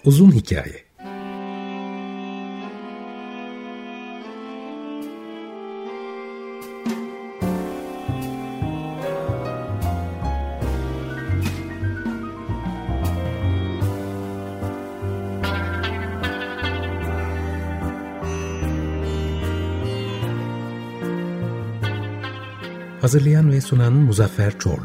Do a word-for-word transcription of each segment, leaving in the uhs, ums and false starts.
Uzun hikaye. Hazırlayan ve sunan Muzaffer Çorlu.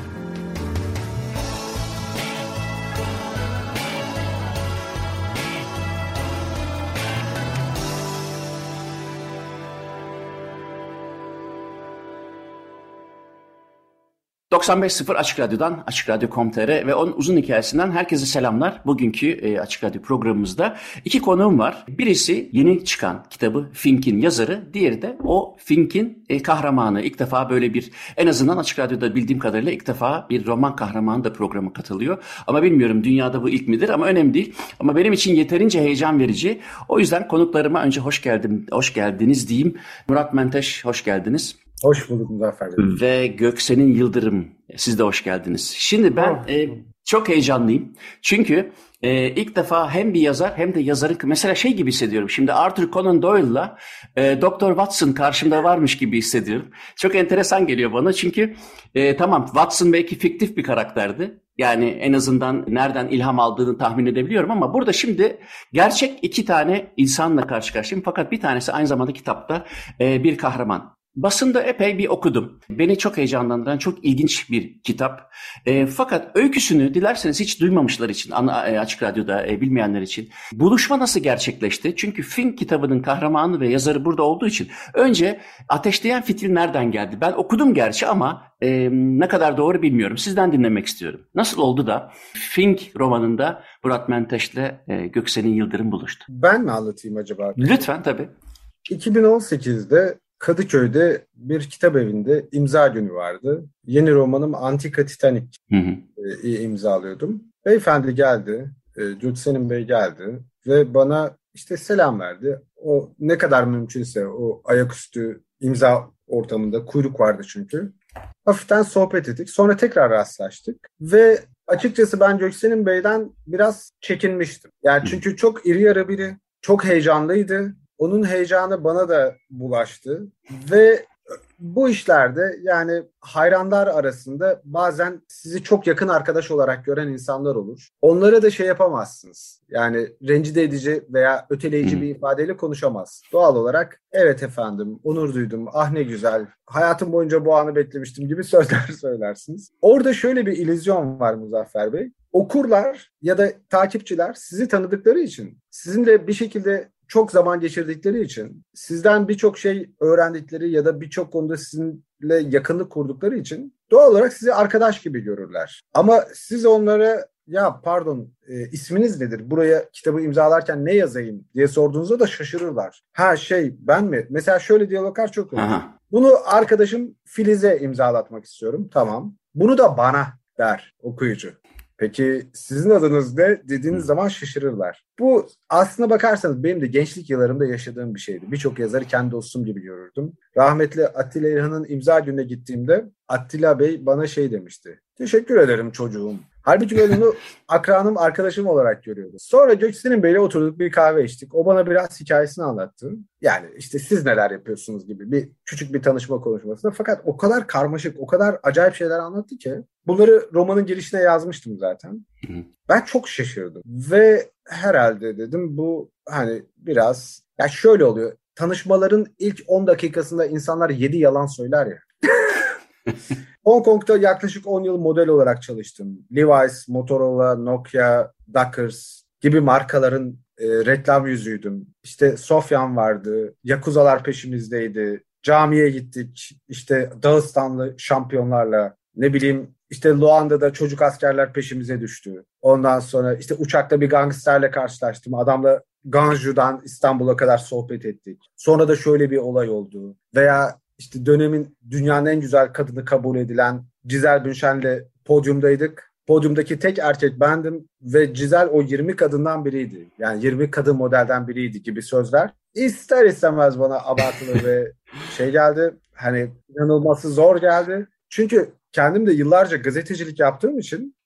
doksan beş sıfır Açık Radyo'dan, Açık Radyo nokta com nokta tr ve onun uzun hikayesinden herkese selamlar. Bugünkü e, Açık Radyo programımızda iki konuğum var. Birisi yeni çıkan kitabı Fink'in yazarı, diğeri de o Fink'in e, kahramanı. İlk defa böyle bir, en azından Açık Radyo'da bildiğim kadarıyla ilk defa bir roman kahramanı da programa katılıyor. Ama bilmiyorum dünyada bu ilk midir, ama önemli değil. Ama benim için yeterince heyecan verici. O yüzden konuklarıma önce hoş geldin, hoş geldiniz diyeyim. Murat Menteş, hoş geldiniz. Hoş bulduk Muzaffer Bey. Ve Göksen'in Yıldırım, siz de hoş geldiniz. Şimdi ben oh. e, çok heyecanlıyım. Çünkü e, ilk defa hem bir yazar hem de yazarın, mesela şey gibi hissediyorum. Şimdi Arthur Conan Doyle'la e, doktor Watson karşımda varmış gibi hissediyorum. Çok enteresan geliyor bana çünkü e, tamam, Watson belki fiktif bir karakterdi. Yani en azından nereden ilham aldığını tahmin edebiliyorum ama burada şimdi gerçek iki tane insanla karşı karşıyayım. Fakat bir tanesi aynı zamanda kitapta e, bir kahraman. Basında epey bir okudum. Beni çok heyecanlandıran çok ilginç bir kitap. E, fakat öyküsünü dilerseniz hiç duymamışlar için, Açık Radyo'da e, bilmeyenler için, buluşma nasıl gerçekleşti? Çünkü Fink kitabının kahramanı ve yazarı burada olduğu için önce ateşleyen fitil nereden geldi? Ben okudum gerçi ama e, ne kadar doğru bilmiyorum. Sizden dinlemek istiyorum. Nasıl oldu da Fink romanında Murat Menteş'le e, Göksen'in Yıldırım buluştu? Ben mi anlatayım acaba? Lütfen, tabii. iki bin on sekizde Kadıköy'de bir kitap evinde imza günü vardı. Yeni romanım Antika Titanic'i imzalıyordum. Beyefendi geldi, Göksen'in Bey geldi ve bana işte selam verdi. O ne kadar mümkünse o ayaküstü imza ortamında, kuyruk vardı çünkü. Hafiften sohbet ettik. Sonra tekrar rastlaştık ve açıkçası ben Göksen'in Bey'den biraz çekinmiştim. Yani çünkü çok iri yarı biri, çok heyecanlıydı. Onun heyecanı bana da bulaştı ve bu işlerde yani hayranlar arasında bazen sizi çok yakın arkadaş olarak gören insanlar olur. Onlara da şey yapamazsınız. Yani rencide edici veya öteleyici bir ifadeyle konuşamaz. Doğal olarak evet efendim, onur duydum, ah ne güzel, hayatım boyunca bu anı beklemiştim gibi sözler söylersiniz. Orada şöyle bir illüzyon var Muzaffer Bey. Okurlar ya da takipçiler sizi tanıdıkları için, sizinle bir şekilde çok zaman geçirdikleri için, sizden birçok şey öğrendikleri ya da birçok konuda sizinle yakınlık kurdukları için doğal olarak sizi arkadaş gibi görürler. Ama siz onlara ya pardon e, isminiz nedir? Buraya kitabı imzalarken ne yazayım diye sorduğunuzda da şaşırırlar. Ha şey ben mi? Mesela şöyle diyaloglar çok olur. Bunu arkadaşım Filiz'e imzalatmak istiyorum. Tamam. Bunu da bana der okuyucu. Peki sizin adınız ne dediğiniz zaman şaşırırlar. Bu aslına bakarsanız benim de gençlik yıllarımda yaşadığım bir şeydi. Birçok yazarı kendi dostum gibi görürdüm. Rahmetli Attila İlhan'ın imza gününe gittiğimde Attila Bey bana şey demişti. Teşekkür ederim çocuğum. Halbuki ben onu akranım, arkadaşım olarak görüyordu. Sonra Göksen'in Bey'le oturduk, bir kahve içtik. O bana biraz hikayesini anlattı. Yani işte siz neler yapıyorsunuz gibi bir küçük bir tanışma konuşmasında. Fakat o kadar karmaşık, o kadar acayip şeyler anlattı ki. Bunları romanın girişine yazmıştım zaten. Ben çok şaşırdım. Ve herhalde dedim bu hani biraz... Ya şöyle oluyor. Tanışmaların ilk on dakikasında insanlar yedi yalan söyler ya. Hong Kong'da yaklaşık on yıl model olarak çalıştım. Levi's, Motorola, Nokia, Dockers gibi markaların e, reklam yüzüydüm. İşte Sofyan vardı, Yakuzalar peşimizdeydi. Camiye gittik, işte Dağıstanlı şampiyonlarla, ne bileyim işte Luanda'da çocuk askerler peşimize düştü. Ondan sonra işte uçakta bir gangsterle karşılaştım. Adamla Ganju'dan İstanbul'a kadar sohbet ettik. Sonra da şöyle bir olay oldu. Veya İşte dönemin dünyanın en güzel kadını kabul edilen Cizel Bünşen'le podyumdaydık. Podyumdaki tek erkek bendim ve Cizel o yirmi kadından biriydi. Yani yirmi kadın modelden biriydi gibi sözler. İster istemez bana abartılı ve şey geldi. Hani inanılması zor geldi. Çünkü kendim de yıllarca gazetecilik yaptığım için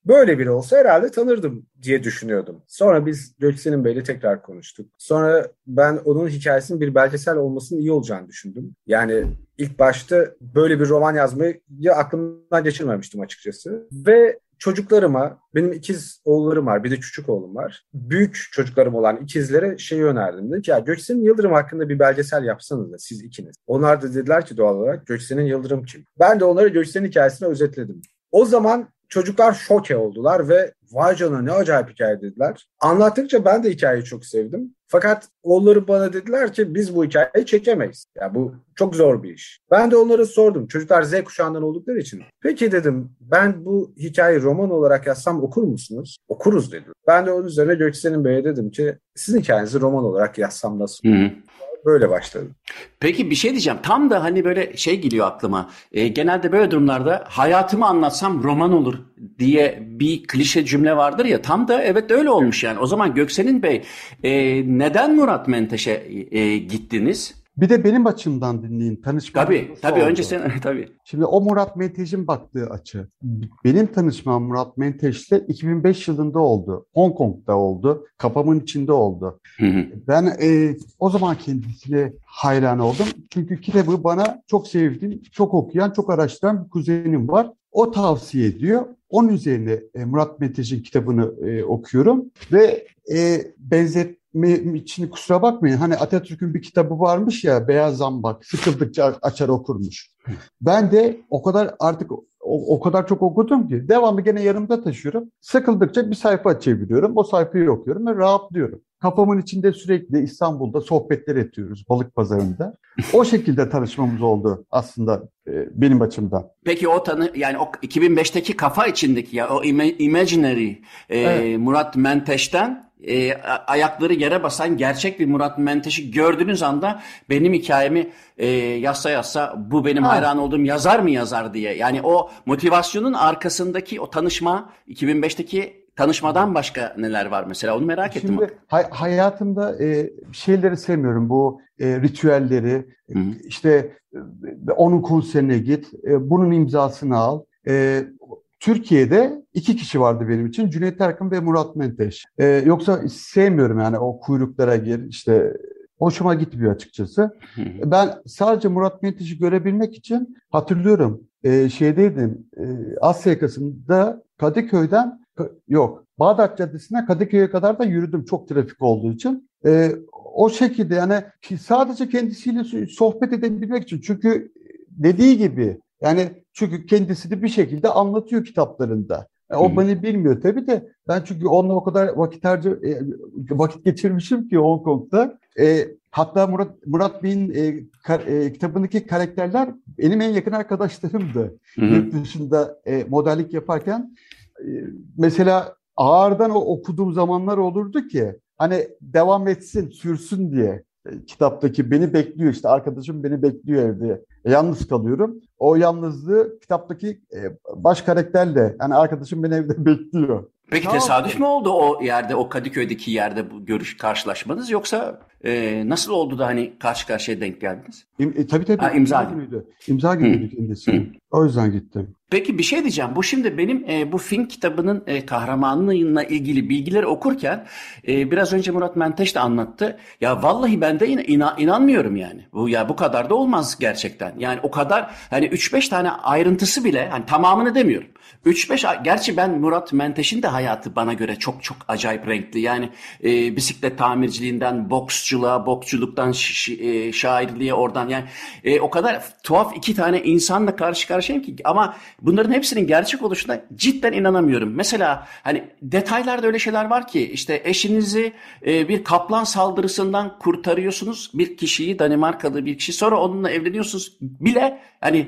Böyle biri olsa herhalde tanırdım diye düşünüyordum. Sonra biz Göksen'in Bey'le tekrar konuştuk. Sonra ben onun hikayesinin bir belgesel olmasının iyi olacağını düşündüm. Yani ilk başta böyle bir roman yazmayı aklımdan geçirmemiştim açıkçası. Ve çocuklarıma, benim ikiz oğullarım var, bir de küçük oğlum var. Büyük çocuklarım olan ikizlere şeyi önerdim. Dedim ki ya Göksen Yıldırım hakkında bir belgesel yapsanız da siz ikiniz. Onlar da dediler ki doğal olarak Göksen'in Yıldırım kim? Ben de onlara Göksen'in hikayesini özetledim. O zaman çocuklar şoke oldular ve vay canına ne acayip hikaye dediler. Anlattıkça ben de hikayeyi çok sevdim. Fakat oğulları bana dediler ki biz bu hikayeyi çekemeyiz. Ya yani bu çok zor bir iş. Ben de onlara sordum. Çocuklar Z kuşağından oldukları için. Peki dedim ben bu hikayeyi roman olarak yazsam okur musunuz? Okuruz dedi. Ben de onun üzerine Göksen'in Bey'e dedim ki sizin hikayenizi roman olarak yazsam nasıl? Hı hı. Böyle başladı. Peki bir şey diyeceğim. Tam da hani böyle şey geliyor aklıma. E, genelde böyle durumlarda hayatımı anlatsam roman olur diye bir klişe cümle vardır ya. Tam da evet öyle olmuş yani. O zaman Göksen'in Bey e, neden Murat Menteş'e e, gittiniz? Bir de benim açımdan dinleyin. Tanışmam tabii tabii oldu. Önce sen tabii. Şimdi o Murat Menteş'in baktığı açı. Benim tanışmam Murat Menteş'le iki bin beş yılında oldu. Hong Kong'da oldu. Kafamın içinde oldu. Hı hı. Ben e, o zaman kendisine hayran oldum. Çünkü kitabı bana çok sevdiğim, çok okuyan, çok araştıran bir kuzenim var. O tavsiye ediyor. Onun üzerine e, Murat Menteş'in kitabını e, okuyorum ve e, benzet için kusura bakmayın. Hani Atatürk'ün bir kitabı varmış ya Beyaz Zambak. Sıkıldıkça açar okurmuş. Ben de o kadar artık o, o kadar çok okudum ki devamlı gene yanımda taşıyorum. Sıkıldıkça bir sayfa çeviriyorum. O sayfayı okuyorum ve rahatlıyorum. Kafamın içinde sürekli İstanbul'da sohbetler ediyoruz balık pazarında. O şekilde tanışmamız oldu aslında e, benim açımdan. Peki o tanı yani o iki bin beşteki kafa içindeki ya o imaginary e, evet. Murat Menteş'ten E, ayakları yere basan gerçek bir Murat Menteş'i gördüğünüz anda benim hikayemi e, yazsa yazsa bu benim ha. hayran olduğum yazar mı yazar diye. Yani o motivasyonun arkasındaki o tanışma iki bin beşteki tanışmadan başka neler var mesela onu merak Şimdi, ettim. Şimdi hay- hayatımda e, şeyleri sevmiyorum bu e, ritüelleri Hı. işte e, onun konserine git e, bunun imzasını al. E, Türkiye'de iki kişi vardı benim için. Cüneyt Arkın ve Murat Menteş. Ee, yoksa sevmiyorum yani o kuyruklara gir. İşte hoşuma gitmiyor açıkçası. Hı hı. Ben sadece Murat Menteş'i görebilmek için hatırlıyorum. E, şeydeydim. E, Asya yakasında Kadıköy'den yok. Bağdat Caddesi'ne Kadıköy'e kadar da yürüdüm. Çok trafik olduğu için. E, o şekilde yani sadece kendisiyle sohbet edebilmek için. Çünkü dediği gibi yani çünkü kendisini bir şekilde anlatıyor kitaplarında. Yani o beni bilmiyor tabii de ben çünkü onunla o kadar vakit harca e, vakit geçirmişim ki Hong Kong'da. E, hatta Murat Murat Bey'in e, kar, e, kitabındaki karakterler benim en yakın arkadaşlarımdı. Yurt dışında e, modellik yaparken e, mesela ağırdan o okuduğum zamanlar olurdu ki hani devam etsin, sürsün diye. Kitaptaki beni bekliyor işte arkadaşım beni bekliyor evde. E, yalnız kalıyorum. O yalnızlığı kitaptaki e, baş karakterle yani arkadaşım beni evde bekliyor. Peki tamam. Tesadüf mü oldu o yerde o Kadıköy'deki yerde bu görüş karşılaşmanız yoksa e, nasıl oldu da hani karşı karşıya denk geldiniz? İm, e, tabii tabii. Ha, imza günüydü. İmza günüydü kendisi. O yüzden gittim. Peki bir şey diyeceğim. Bu şimdi benim e, bu Fink kitabının e, kahramanlığıyla ilgili bilgileri okurken e, biraz önce Murat Menteş de anlattı. Ya vallahi ben de in- inan- inanmıyorum yani. Bu ya bu kadar da olmaz gerçekten. Yani o kadar hani üç beş tane ayrıntısı bile hani tamamını demiyorum. üç beş gerçi ben Murat Menteş'in de hayatı bana göre çok çok acayip renkli. Yani e, bisiklet tamirciliğinden boksçuluğa, boksçuluktan ş- e, şairliğe oradan yani e, o kadar tuhaf iki tane insanla karşı karşıyayım ki ama bunların hepsinin gerçek oluşuna cidden inanamıyorum. Mesela hani detaylarda öyle şeyler var ki işte eşinizi e, bir kaplan saldırısından kurtarıyorsunuz. Bir kişiyi Danimarkalı bir kişi sonra onunla evleniyorsunuz bile hani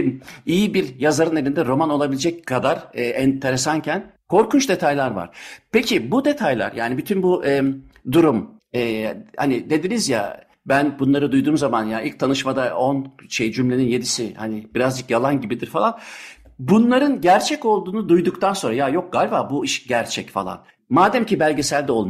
iyi bir yazarın elinde roman olabilecek kadar e, enteresanken korkunç detaylar var. Peki bu detaylar yani bütün bu e, durum e, hani dediniz ya ben bunları duyduğum zaman ya ilk tanışmada on şey cümlenin yedisi hani birazcık yalan gibidir falan. Bunların gerçek olduğunu duyduktan sonra ya yok galiba bu iş gerçek falan. Madem ki belgeselde olmuyor.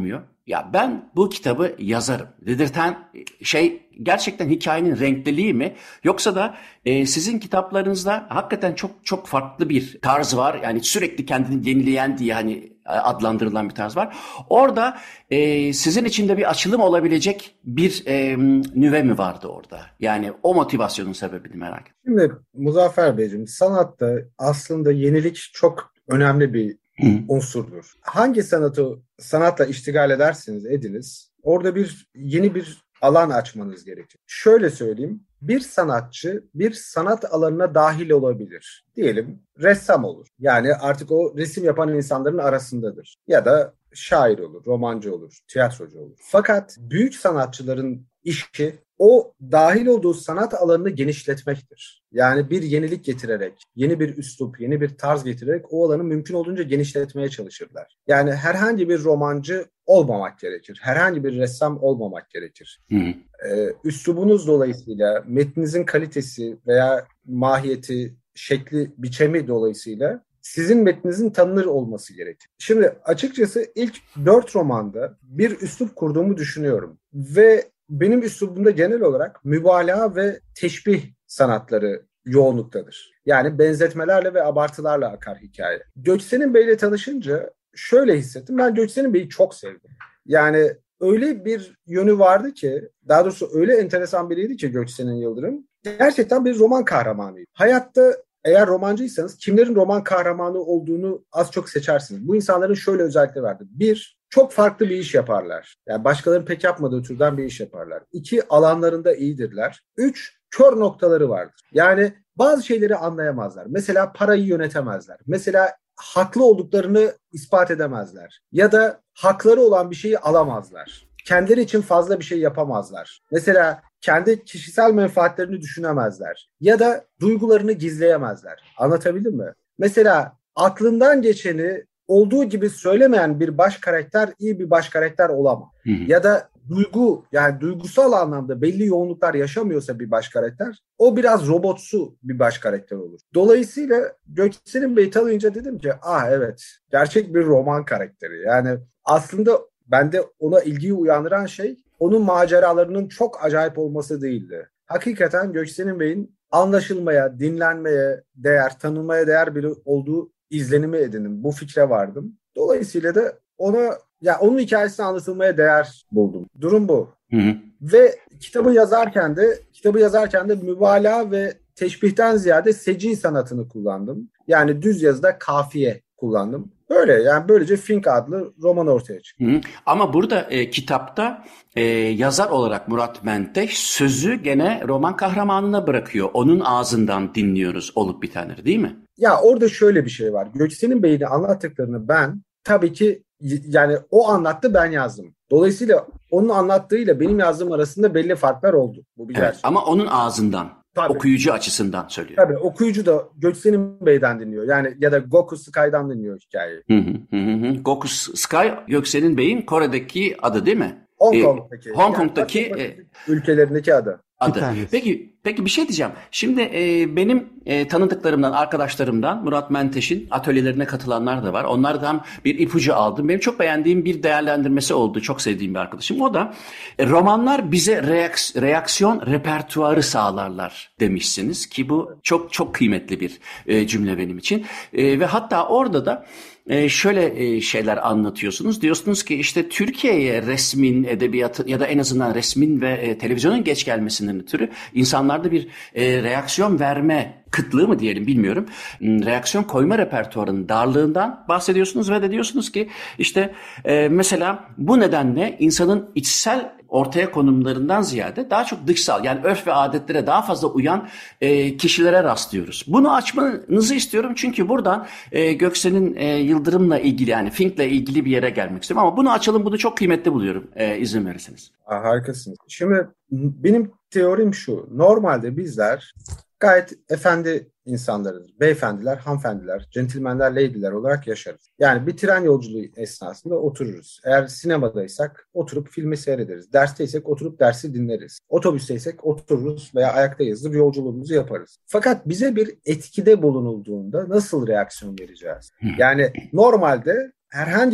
ya ben bu kitabı yazarım dedirten şey gerçekten hikayenin renkliliği mi? Yoksa da e, sizin kitaplarınızda hakikaten çok çok farklı bir tarz var. Yani sürekli kendini yenileyen diye hani adlandırılan bir tarz var. Orada e, sizin içinde bir açılım olabilecek bir e, nüve mi vardı orada? Yani o motivasyonun sebebini merak ettim. Şimdi Muzaffer Beyciğim, sanatta aslında yenilik çok önemli bir Hı. unsurdur. Hangi sanatı sanatla iştigal edersiniz ediniz, orada bir yeni bir alan açmanız gerekir. Şöyle söyleyeyim, bir sanatçı bir sanat alanına dahil olabilir. Diyelim ressam olur. Yani artık o resim yapan insanların arasındadır. Ya da şair olur, romancı olur, tiyatrocu olur. Fakat büyük sanatçıların işi o dahil olduğu sanat alanını genişletmektir. Yani bir yenilik getirerek, yeni bir üslup, yeni bir tarz getirerek o alanı mümkün olduğunca genişletmeye çalışırlar. Yani herhangi bir romancı olmamak gerekir. Herhangi bir ressam olmamak gerekir. Hı. Ee, üslubunuz dolayısıyla, metninizin kalitesi veya mahiyeti, şekli, biçemi dolayısıyla sizin metninizin tanınır olması gerekir. Şimdi açıkçası ilk dört romanda bir üslup kurduğumu düşünüyorum. Ve benim üslubumda genel olarak mübalağa ve teşbih sanatları yoğunluktadır. Yani benzetmelerle ve abartılarla akar hikaye. Göksenin Bey'le tanışınca şöyle hissettim. Ben Göksenin Bey'i çok sevdim. Yani öyle bir yönü vardı ki, daha doğrusu öyle enteresan biriydi ki Göksenin Yıldırım. Gerçekten bir roman kahramanıydı. Hayatta eğer romancıysanız kimlerin roman kahramanı olduğunu az çok seçersiniz. Bu insanların şöyle özellikleri vardır. Bir, çok farklı bir iş yaparlar. Yani başkalarının pek yapmadığı türden bir iş yaparlar. İki, alanlarında iyidirler. Üç, kör noktaları vardır. Yani bazı şeyleri anlayamazlar. Mesela parayı yönetemezler. Mesela haklı olduklarını ispat edemezler. Ya da hakları olan bir şeyi alamazlar. Kendileri için fazla bir şey yapamazlar. Mesela kendi kişisel menfaatlerini düşünemezler. Ya da duygularını gizleyemezler. Anlatabildim mi? Mesela aklından geçeni olduğu gibi söylemeyen bir baş karakter iyi bir baş karakter olamaz. Hı hı. Ya da duygu, yani duygusal anlamda belli yoğunluklar yaşamıyorsa bir baş karakter, o biraz robotsu bir baş karakter olur. Dolayısıyla Göksenin Bey'i tanıyınca dedim ki ah evet, gerçek bir roman karakteri. Yani aslında bende ona ilgiyi uyandıran şey onun maceralarının çok acayip olması değildi. Hakikaten Göksenin Bey'in anlaşılmaya, dinlenmeye değer, tanınmaya değer biri olduğu izlenimi edindim. Bu fikre vardım. Dolayısıyla da ona, ya onun hikayesini anlatılmaya değer buldum. Durum bu. Hı hı. Ve kitabı yazarken de kitabı yazarken de mübalağa ve teşbihten ziyade seci sanatını kullandım. Yani düz yazıda kafiye kullandım. Böyle yani böylece Fink adlı roman ortaya çıktı. Hı hı. Ama burada e, kitapta e, yazar olarak Murat Menteş sözü gene roman kahramanına bırakıyor. Onun ağzından dinliyoruz olup bitenleri, değil mi? Ya orada şöyle bir şey var. Göksenin Bey'in anlattıklarını ben tabii ki yani o anlattı, ben yazdım. Dolayısıyla onun anlattığıyla benim yazdığım arasında belli farklar oldu. Bu bir evet, gerçek. Ama onun ağzından. Tabii. Okuyucu açısından söylüyor. Tabii okuyucu da Göksenin Bey'den dinliyor. Yani ya da Goku Sky'dan dinliyor hikayeyi. Hı hı hı hı. Goku Sky Göksenin Bey'in Kore'deki adı değil mi? Hong Kong'daki. Ee, Hong Kong'daki yani, e, ülkelerindeki adı. Adı. Peki peki bir şey diyeceğim. Şimdi e, benim e, tanıdıklarımdan, arkadaşlarımdan Murat Menteş'in atölyelerine katılanlar da var. Onlardan bir ipucu aldım. Benim çok beğendiğim bir değerlendirmesi oldu. Çok sevdiğim bir arkadaşım. O da e, romanlar bize reaks- reaksiyon repertuarı sağlarlar demişsiniz ki bu çok çok kıymetli bir e, cümle benim için. E, ve hatta orada da Ee, şöyle e, şeyler anlatıyorsunuz. Diyorsunuz ki işte Türkiye'ye resmin, edebiyatın ya da en azından resmin ve e, televizyonun geç gelmesinden ötürü insanlarda bir e, reaksiyon verme kıtlığı mı diyelim bilmiyorum. Reaksiyon koyma repertuarının darlığından bahsediyorsunuz ve de diyorsunuz ki işte e, mesela bu nedenle insanın içsel ortaya konumlarından ziyade daha çok dışsal, yani örf ve adetlere daha fazla uyan e, kişilere rastlıyoruz. Bunu açmanızı istiyorum çünkü buradan e, Göksen'in e, Yıldırım'la ilgili, yani Fink'le ilgili bir yere gelmek istiyorum ama bunu açalım, bunu çok kıymetli buluyorum e, izin verirseniz. Aa, harikasınız. Şimdi benim teorim şu, normalde bizler gayet efendi insanlarız. Beyefendiler, hanımefendiler, centilmenler, lady'ler olarak yaşarız. Yani bir tren yolculuğu esnasında otururuz. Eğer sinemadaysak oturup filmi seyrederiz. Dersteysek oturup dersi dinleriz. Otobüsteysek otururuz veya ayaktayızdır, yolculuğumuzu yaparız. Fakat bize bir etkide bulunulduğunda nasıl reaksiyon vereceğiz? Yani normalde herhangi bir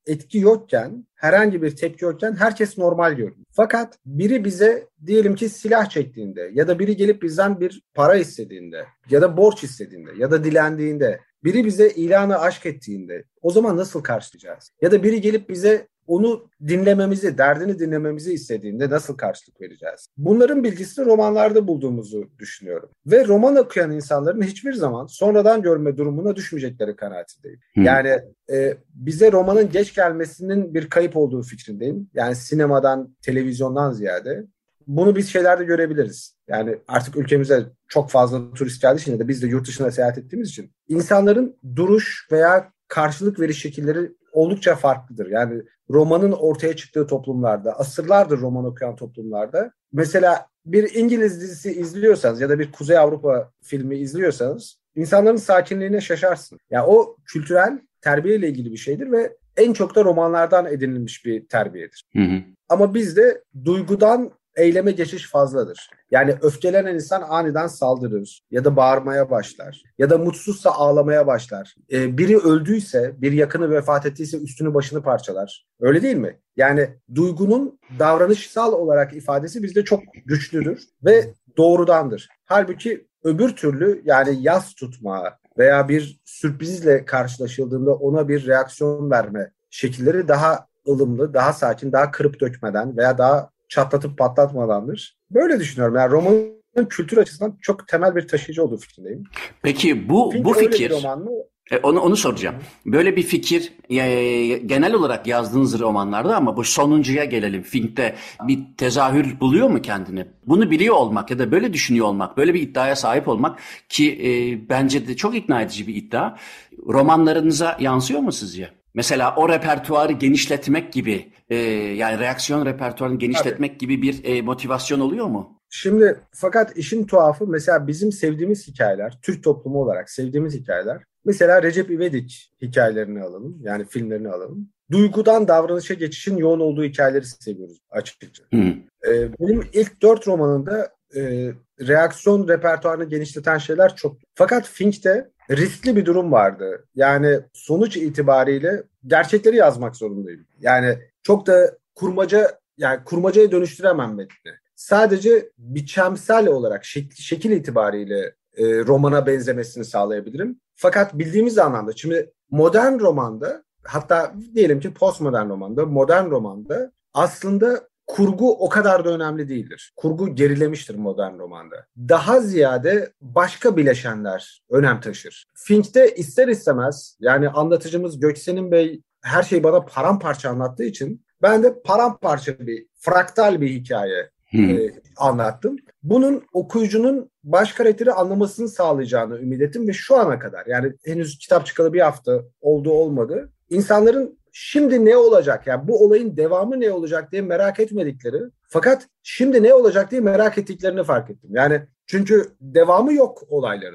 etki yokken, herhangi bir tepki yokken herkes normal görünüyor. Fakat biri bize diyelim ki silah çektiğinde ya da biri gelip bizden bir para istediğinde ya da borç istediğinde ya da dilendiğinde, biri bize ilanı aşk ettiğinde o zaman nasıl karşılayacağız? Ya da biri gelip bize onu dinlememizi, derdini dinlememizi istediğinde nasıl karşılık vereceğiz? Bunların bilgisini romanlarda bulduğumuzu düşünüyorum. Ve roman okuyan insanların hiçbir zaman sonradan görme durumuna düşmeyecekleri kanaatindeyim. Hmm. Yani e, bize romanın geç gelmesinin bir kayıp olduğu fikrindeyim. Yani sinemadan, televizyondan ziyade. Bunu biz şeylerde görebiliriz. Yani artık ülkemize çok fazla turist geldiği için de biz de yurt dışına seyahat ettiğimiz için insanların duruş veya karşılık veriş şekilleri oldukça farklıdır. Yani romanın ortaya çıktığı toplumlarda, asırlardır roman okuyan toplumlarda, mesela bir İngiliz dizisi izliyorsanız ya da bir Kuzey Avrupa filmi izliyorsanız insanların sakinliğine şaşarsın. Yani o kültürel terbiyeyle ilgili bir şeydir ve en çok da romanlardan edinilmiş bir terbiyedir. Hı hı. Ama bizde duygudan eyleme geçiş fazladır. Yani öfkelenen insan aniden saldırır ya da bağırmaya başlar ya da mutsuzsa ağlamaya başlar. Ee, biri öldüyse, bir yakını vefat ettiyse üstünü başını parçalar. Öyle değil mi? Yani duygunun davranışsal olarak ifadesi bizde çok güçlüdür ve doğrudandır. Halbuki öbür türlü yani yas tutma veya bir sürprizle karşılaşıldığında ona bir reaksiyon verme şekilleri daha ılımlı, daha sakin, daha kırıp dökmeden veya daha çatlatıp patlatmadandır. Böyle düşünüyorum. Yani romanın kültür açısından çok temel bir taşıyıcı olduğu fikrindeyim. Peki bu Film bu fikir e, onu onu soracağım. Böyle bir fikir e, genel olarak yazdığınız romanlarda ama bu sonuncuya gelelim. Fink'te bir tezahür buluyor mu kendini? Bunu biliyor olmak ya da böyle düşünüyor olmak, böyle bir iddiaya sahip olmak ki e, bence de çok ikna edici bir iddia. Romanlarınıza yansıyor mu sizce? Mesela o repertuarı genişletmek gibi e, yani reaksiyon repertuarını genişletmek Tabii. gibi bir e, motivasyon oluyor mu? Şimdi fakat işin tuhafı mesela bizim sevdiğimiz hikayeler, Türk toplumu olarak sevdiğimiz hikayeler, mesela Recep İvedik hikayelerini alalım, yani filmlerini alalım. Duygudan davranışa geçişin yoğun olduğu hikayeleri seviyoruz açıkçası. Ee, benim ilk dört romanında e, reaksiyon repertuarını genişleten şeyler çok. Fakat Fink'te riskli bir durum vardı. Yani sonuç itibariyle gerçekleri yazmak zorundayım. Yani çok da kurmaca, yani kurmacaya dönüştüremem metni. Sadece biçemsel olarak şekil, şekil itibariyle e, romana benzemesini sağlayabilirim. Fakat bildiğimiz anlamda, şimdi modern romanda, hatta diyelim ki postmodern romanda, modern romanda aslında kurgu o kadar da önemli değildir. Kurgu gerilemiştir modern romanda. Daha ziyade başka bileşenler önem taşır. Fink'te ister istemez, yani anlatıcımız Göksenin Bey her şeyi bana paramparça anlattığı için ben de paramparça bir, fraktal bir hikaye Hmm. E, anlattım. Bunun okuyucunun baş karakteri anlamasını sağlayacağını ümit ettim ve şu ana kadar, yani henüz kitap çıkalı bir hafta oldu olmadı, İnsanların şimdi ne olacak, yani bu olayın devamı ne olacak diye merak etmedikleri, fakat şimdi ne olacak diye merak ettiklerini fark ettim. Yani çünkü devamı yok olayların.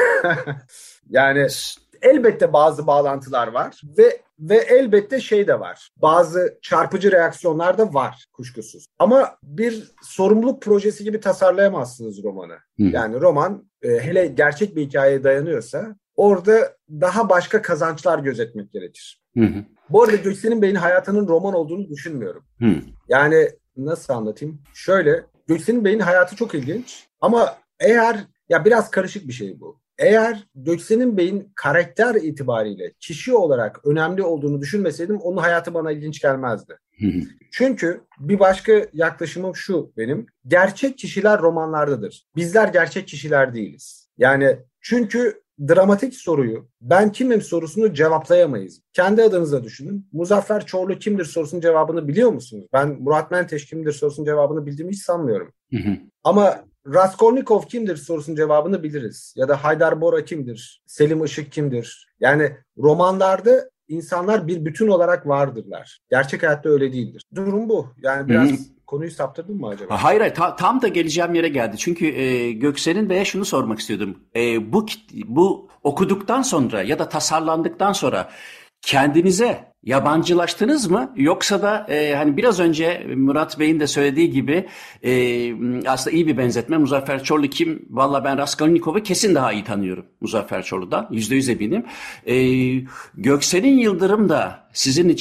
Yani elbette bazı bağlantılar var ve ve elbette şey de var. Bazı çarpıcı reaksiyonlar da var kuşkusuz. Ama bir sorumluluk projesi gibi tasarlayamazsınız romanı. Hı. Yani roman e, hele gerçek bir hikayeye dayanıyorsa orada daha başka kazançlar gözetmek gerekir. Hı hı. Bu arada Göksel'in Bey'in hayatının roman olduğunu düşünmüyorum. Hı. Yani nasıl anlatayım? Şöyle, Göksel'in Bey'in hayatı çok ilginç ama eğer, ya biraz karışık bir şey bu. Eğer Göksel'in Bey'in karakter itibariyle kişi olarak önemli olduğunu düşünmeseydim onun hayatı bana ilginç gelmezdi. Hı hı. Çünkü bir başka yaklaşımım şu benim. Gerçek kişiler romanlardadır. Bizler gerçek kişiler değiliz. Yani çünkü dramatik soruyu, ben kimim sorusunu cevaplayamayız. Kendi adınıza düşünün. Muzaffer Çorlu kimdir sorusunun cevabını biliyor musunuz? Ben Murat Menteş kimdir sorusunun cevabını bildiğimi hiç sanmıyorum. Hı hı. Ama Raskolnikov kimdir sorusunun cevabını biliriz. Ya da Haydar Bora kimdir? Selim Işık kimdir? Yani romanlarda insanlar bir bütün olarak vardırlar. Gerçek hayatta öyle değildir. Durum bu. Yani biraz... Hı-hı. Konuyu saptırdın mı acaba? Hayır hayır ta, tam da geleceğim yere geldi. Çünkü e, Göksel'in Bey'e şunu sormak istiyordum. E, bu bu okuduktan sonra ya da tasarlandıktan sonra kendinize yabancılaştınız mı? Yoksa da e, hani biraz önce Murat Bey'in de söylediği gibi e, aslında iyi bir benzetme. Muzaffer Çorlu kim? Valla ben Raskolnikov'u kesin daha iyi tanıyorum Muzaffer Çorlu'dan. Yüzde yüz eminim. E, Göksel'in Yıldırım da sizin için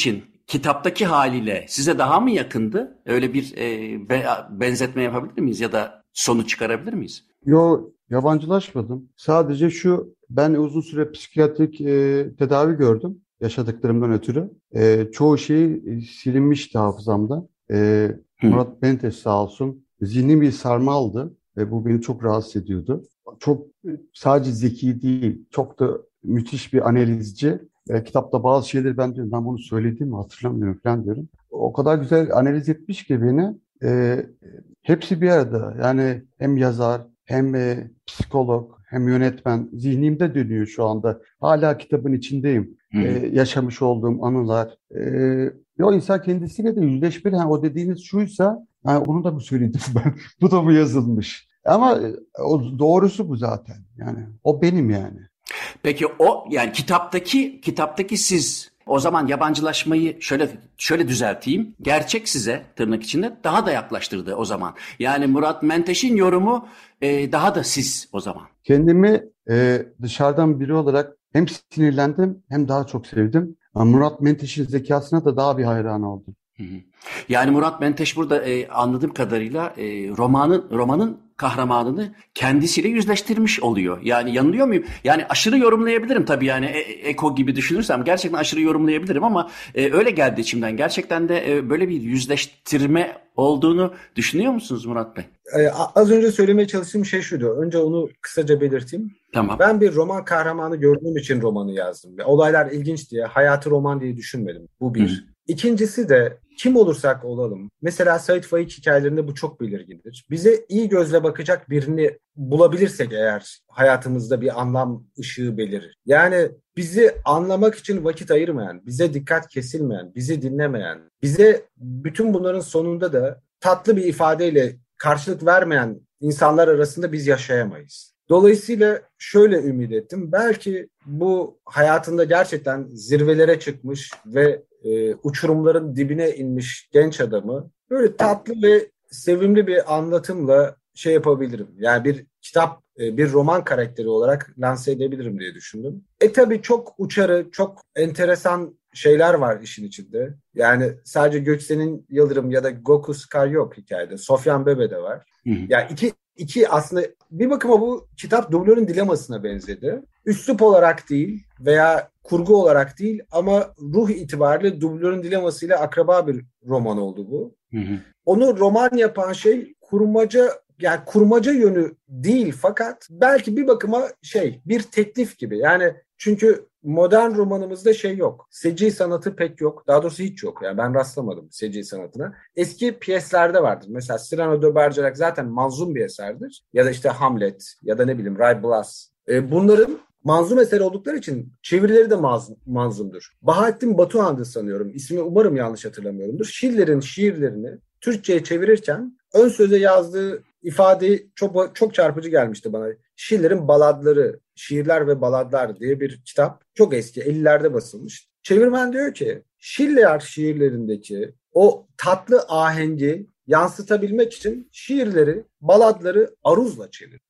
kitaptaki haliyle size daha mı yakındı? Öyle bir e, be, benzetme yapabilir miyiz ya da sonuç çıkarabilir miyiz? Yo, yabancılaşmadım. Sadece şu, ben uzun süre psikiyatrik e, tedavi gördüm yaşadıklarımdan ötürü. E, çoğu şey e, silinmişti hafızamda. E, Murat Menteş sağ olsun zihni bir sarmaldı ve bu beni çok rahatsız ediyordu. Çok sadece zeki değil, çok da müthiş bir analizci. E, kitapta bazı şeyleri ben diyorum, ben bunu söylediğimi hatırlamıyorum falan diyorum. O kadar güzel analiz etmiş ki beni. E, hepsi bir arada. Yani hem yazar, hem e, psikolog, hem yönetmen. Zihnimde dönüyor şu anda. Hala kitabın içindeyim. E, yaşamış olduğum anılar. E, o insan kendisiyle de yüzleşmeli. Yani o dediğiniz şuysa, yani onu da mı söyledim ben? Bu da mı yazılmış? Ama o doğrusu bu zaten. Yani o benim yani. Peki o yani kitaptaki kitaptaki siz o zaman yabancılaşmayı şöyle şöyle düzelteyim. Gerçek size tırnak içinde daha da yaklaştırdı o zaman. Yani Murat Menteş'in yorumu e, daha da siz o zaman. Kendimi e, dışarıdan biri olarak hem sinirlendim hem daha çok sevdim. Ama Murat Menteş'in zekasına da daha bir hayran oldum. Hı hı. Yani Murat Menteş burada e, anladığım kadarıyla e, romanın romanın kahramanını kendisiyle yüzleştirmiş oluyor. Yani yanılıyor muyum? Yani aşırı yorumlayabilirim tabii, yani e, Eko gibi düşünürsem gerçekten aşırı yorumlayabilirim ama e, öyle geldi içimden. Gerçekten de e, böyle bir yüzleştirme olduğunu düşünüyor musunuz Murat Bey? Ee, az önce söylemeye çalıştığım şey şuydu. Önce onu kısaca belirteyim. Tamam. Ben bir roman kahramanı gördüğüm için romanı yazdım. Olaylar ilginç diye, hayatı roman diye düşünmedim. Bu bir. Hı. İkincisi de kim olursak olalım. Mesela Sait Faik hikayelerinde bu çok belirgindir. Bize iyi gözle bakacak birini bulabilirsek eğer hayatımızda bir anlam ışığı belirir. Yani bizi anlamak için vakit ayırmayan, bize dikkat kesilmeyen, bizi dinlemeyen, bize bütün bunların sonunda da tatlı bir ifadeyle karşılık vermeyen insanlar arasında biz yaşayamayız. Dolayısıyla şöyle ümit ettim. Belki bu hayatında gerçekten zirvelere çıkmış ve e, uçurumların dibine inmiş genç adamı böyle tatlı ve sevimli bir anlatımla şey yapabilirim. Yani bir kitap, e, bir roman karakteri olarak lanse edebilirim diye düşündüm. E tabii çok uçarı, çok enteresan şeyler var işin içinde. Yani sadece Göksen'in Yıldırım ya da Goku Skar yok hikayede. Sofyan Bebe de var. Hı hı. Yani iki İki aslında bir bakıma bu kitap dublörün dilemasına benzedi. Üslup olarak değil veya kurgu olarak değil ama ruh itibariyle dublörün dilemasıyla akraba bir roman oldu bu. Hı hı. Onu roman yapan şey kurmaca, yani kurmaca yönü değil fakat belki bir bakıma şey bir teklif gibi. Yani çünkü modern romanımızda şey yok. Seci sanatı pek yok. Daha doğrusu hiç yok. Yani ben rastlamadım seci sanatına. Eski piyeslerde vardır. Mesela Cyrano de Bergerac zaten manzum bir eserdir. Ya da işte Hamlet ya da ne bileyim Ruy Blas. E, bunların manzum eser oldukları için çevirileri de maz, manzumdur. Bahattin Batuhan'dı sanıyorum. İsmi umarım yanlış hatırlamıyorumdur. Schiller'in şiirlerini Türkçe'ye çevirirken ön söze yazdığı ifade çok çok çarpıcı gelmişti bana. Schiller'in Baladları, Şiirler ve Baladlar diye bir kitap. Çok eski, ellilerde basılmış. Çevirmen diyor ki, Schiller şiirlerindeki o tatlı ahengi yansıtabilmek için şiirleri, baladları aruzla çevir.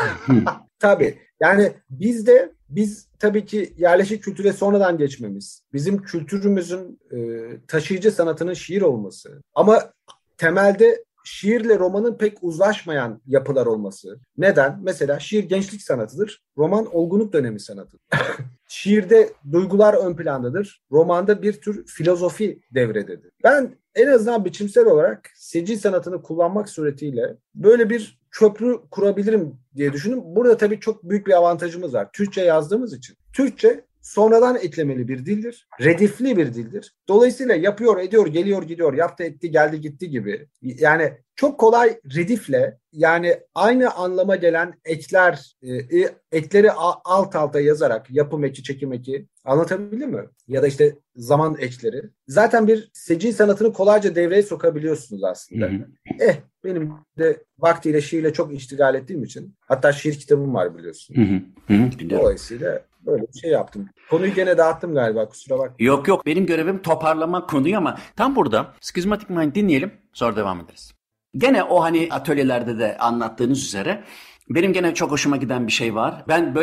Tabii. Yani bizde biz tabii ki yerleşik kültüre sonradan geçmemiz, bizim kültürümüzün e, taşıyıcı sanatının şiir olması ama temelde şiirle romanın pek uzlaşmayan yapılar olması. Neden? Mesela şiir gençlik sanatıdır. Roman olgunluk dönemi sanatıdır. Şiirde duygular ön plandadır. Romanda bir tür filozofi devrededir. Ben en azından biçimsel olarak seci sanatını kullanmak suretiyle böyle bir köprü kurabilirim diye düşündüm. Burada tabii çok büyük bir avantajımız var. Türkçe yazdığımız için. Türkçe sonradan eklemeli bir dildir. Redifli bir dildir. Dolayısıyla yapıyor, ediyor, geliyor, gidiyor, yaptı, etti, geldi, gitti gibi. Yani çok kolay redifle, yani aynı anlama gelen ekler, e, ekleri alt alta yazarak, yapım eki, çekim eki, anlatabildim mi? Ya da işte zaman ekleri. Zaten bir seci sanatını kolayca devreye sokabiliyorsunuz aslında. Hı hı. Eh benim de vaktiyle şiirle çok iştigal ettiğim için, hatta şiir kitabım var biliyorsun. Hı hı. Hı, dolayısıyla böyle bir şey yaptım. Konuyu gene dağıttım galiba, kusura bakma. Yok yok, benim görevim toparlamak konuyu ama tam burada Schismatic Mind dinleyelim, sonra devam ederiz. Gene o hani atölyelerde de anlattığınız üzere benim gene çok hoşuma giden bir şey var. Ben böyle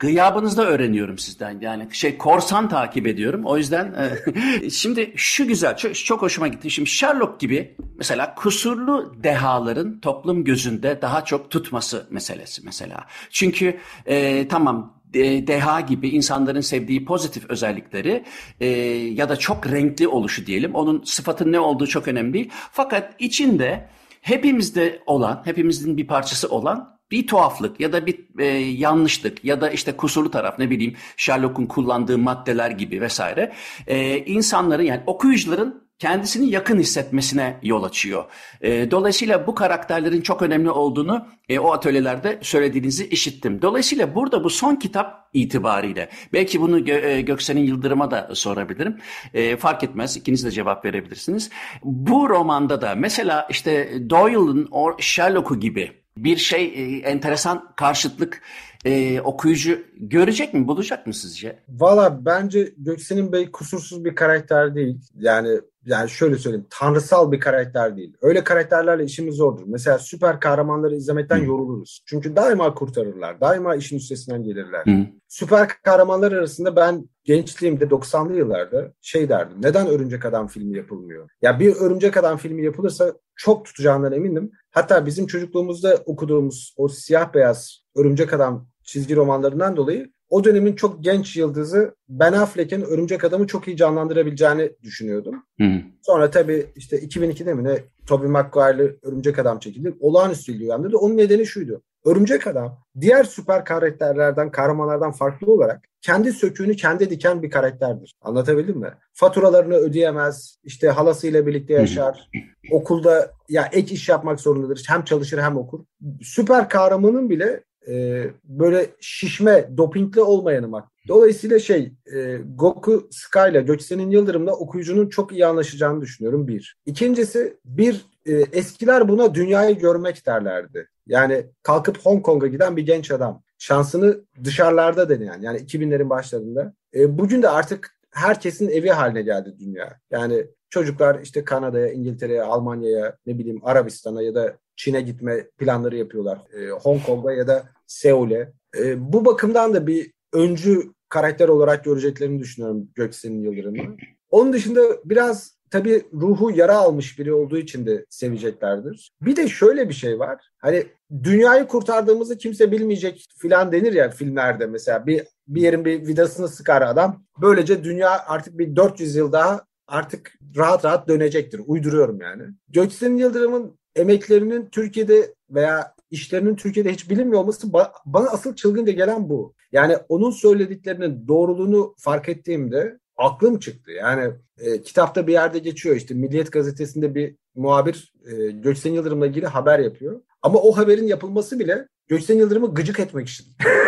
gıyabınızda öğreniyorum sizden. Yani şey korsan takip ediyorum. O yüzden e, şimdi şu güzel, çok, çok hoşuma gitti. Şimdi Sherlock gibi mesela kusurlu dehaların toplum gözünde daha çok tutması meselesi mesela. Çünkü e, tamam deha gibi insanların sevdiği pozitif özellikleri e, ya da çok renkli oluşu diyelim. Onun sıfatın ne olduğu çok önemli değil. Fakat içinde hepimizde olan, hepimizin bir parçası olan bir tuhaflık ya da bir e, yanlışlık ya da işte kusurlu taraf, ne bileyim Sherlock'un kullandığı maddeler gibi vesaire e, insanların, yani okuyucuların kendisini yakın hissetmesine yol açıyor. E, dolayısıyla bu karakterlerin çok önemli olduğunu e, o atölyelerde söylediğinizi işittim. Dolayısıyla burada bu son kitap itibariyle, belki bunu Gö- e, Göksen'in Yıldırım'a da sorabilirim. E, fark etmez, ikiniz de cevap verebilirsiniz. Bu romanda da mesela işte Doyle'ın o Sherlock'u gibi bir şey, e, enteresan karşıtlık e, okuyucu görecek mi, bulacak mı sizce? Valla bence Göksen'in Bey kusursuz bir karakter değil. Yani yani şöyle söyleyeyim, tanrısal bir karakter değil. Öyle karakterlerle işimiz zordur. Mesela süper kahramanları izlemekten Hı. yoruluruz. Çünkü daima kurtarırlar. Daima işin üstesinden gelirler. Hı. Süper kahramanlar arasında ben gençliğimde doksanlı yıllarda şey derdim. Neden Örümcek Adam filmi yapılmıyor? Ya bir Örümcek Adam filmi yapılırsa çok tutacağından emindim. Hatta bizim çocukluğumuzda okuduğumuz o siyah beyaz Örümcek Adam çizgi romanlarından dolayı o dönemin çok genç yıldızı Ben Affleck'in Örümcek Adam'ı çok iyi canlandırabileceğini düşünüyordum. Hı. Sonra tabii işte iki bin ikide mi ne Tobey Maguire'lı Örümcek Adam çekildi. Olağanüstü ilgi uyandırdı. Onun nedeni şuydu. Örümcek Adam diğer süper karakterlerden, kahramanlardan farklı olarak kendi söküğünü kendi diken bir karakterdir. Anlatabildim mi? Faturalarını ödeyemez, işte halasıyla birlikte yaşar, okulda ya ek iş yapmak zorundadır. Hem çalışır hem okur. Süper kahramanın bile e, böyle şişme, dopingli olmayanı bak. Dolayısıyla şey, e, Goku Sky ile Göksen'in Yıldırım'la okuyucunun çok iyi anlaşacağını düşünüyorum bir. İkincisi, bir e, eskiler buna dünyayı görmek derlerdi. Yani kalkıp Hong Kong'a giden bir genç adam. Şansını dışarılarda deneyen, yani iki binlerin başlarında. E, bugün de artık herkesin evi haline geldi dünya. Yani çocuklar işte Kanada'ya, İngiltere'ye, Almanya'ya, ne bileyim Arabistan'a ya da Çin'e gitme planları yapıyorlar. E, Hong Kong'a ya da Seul'e. E, bu bakımdan da bir öncü karakter olarak göreceklerini düşünüyorum Göksen'in Yıldırım'ı. Onun dışında biraz tabii ruhu yara almış biri olduğu için de seveceklerdir. Bir de şöyle bir şey var. Hani dünyayı kurtardığımızı kimse bilmeyecek filan denir ya filmlerde mesela. Bir, bir yerin bir vidasını sıkar adam. Böylece dünya artık bir dört yüz yıl daha artık rahat rahat dönecektir. Uyduruyorum yani. Göksen'in Yıldırım'ın emeklerinin Türkiye'de veya işlerinin Türkiye'de hiç bilinmiyor olması ba- bana asıl çılgınca gelen bu. Yani onun söylediklerinin doğruluğunu fark ettiğimde aklım çıktı. Yani e, kitapta bir yerde geçiyor, işte Milliyet Gazetesi'nde bir muhabir e, Göksen Yıldırım'la ilgili haber yapıyor. Ama o haberin yapılması bile Göksen Yıldırım'ı gıcık etmek için.